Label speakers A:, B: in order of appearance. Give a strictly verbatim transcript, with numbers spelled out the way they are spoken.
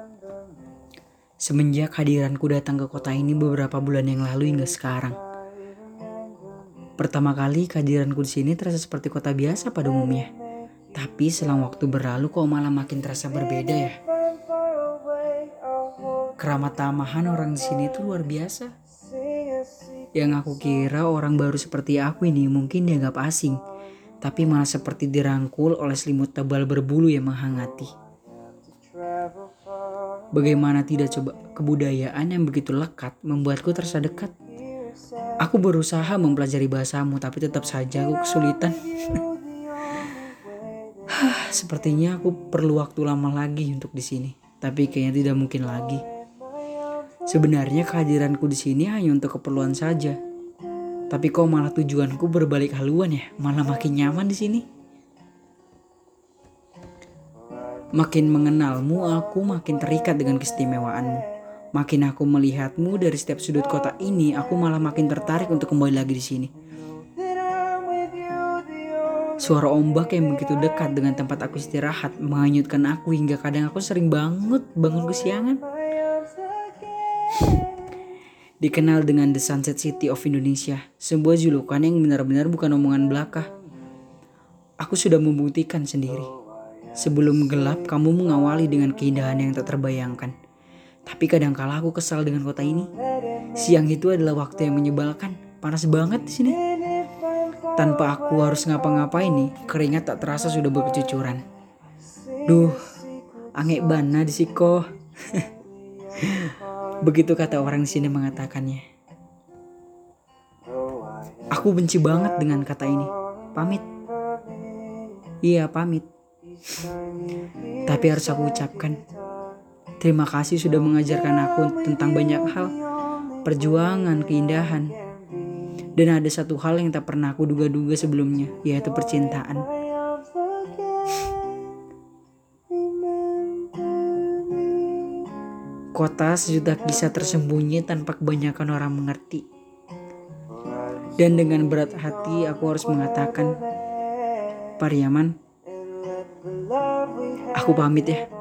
A: Semenjak hadiranku datang ke kota ini beberapa bulan yang lalu hingga sekarang. Pertama kali kehadiranku di sini terasa seperti kota biasa pada umumnya. Tapi selang waktu berlalu kok malah makin terasa berbeda ya. Keramat tamahan orang di sini tuh luar biasa. Yang aku kira orang baru seperti aku ini mungkin dianggap asing, tapi malah seperti dirangkul oleh selimut tebal berbulu yang menghangati. Bagaimana tidak coba, kebudayaan yang begitu lekat membuatku terasa dekat. Aku berusaha mempelajari bahasamu tapi tetap saja aku kesulitan. Sepertinya aku perlu waktu lama lagi untuk di sini, tapi kayaknya tidak mungkin lagi. Sebenarnya kehadiranku di sini hanya untuk keperluan saja. Tapi kok malah tujuanku berbalik haluan ya, malah makin nyaman di sini. Makin mengenalmu, aku makin terikat dengan keistimewaanmu. Makin aku melihatmu dari setiap sudut kota ini, aku malah makin tertarik untuk kembali lagi di sini. Suara ombak yang begitu dekat dengan tempat aku istirahat menghanyutkan aku hingga kadang aku sering banget bangun kesiangan. Dikenal dengan The Sunset City of Indonesia, sebuah julukan yang benar-benar bukan omongan belaka. Aku sudah membuktikan sendiri. Sebelum gelap, kamu mengawali dengan keindahan yang tak terbayangkan. Tapi kadangkala aku kesal dengan kota ini. Siang itu adalah waktu yang menyebalkan, panas banget di sini. Tanpa aku harus ngapa-ngapain nih, keringat tak terasa sudah berkecucuran. Duh, angek bana di siko. Begitu kata orang di sini mengatakannya. Aku benci banget dengan kata ini. Pamit. Iya, pamit. Tapi harus aku ucapkan. Terima kasih sudah mengajarkan aku tentang banyak hal. Perjuangan, keindahan. Dan ada satu hal yang tak pernah aku duga-duga sebelumnya, yaitu percintaan. Kota sejuta kisah tersembunyi tanpa kebanyakan orang mengerti. Dan dengan berat hati aku harus mengatakan, Pariaman, aku pamit ya.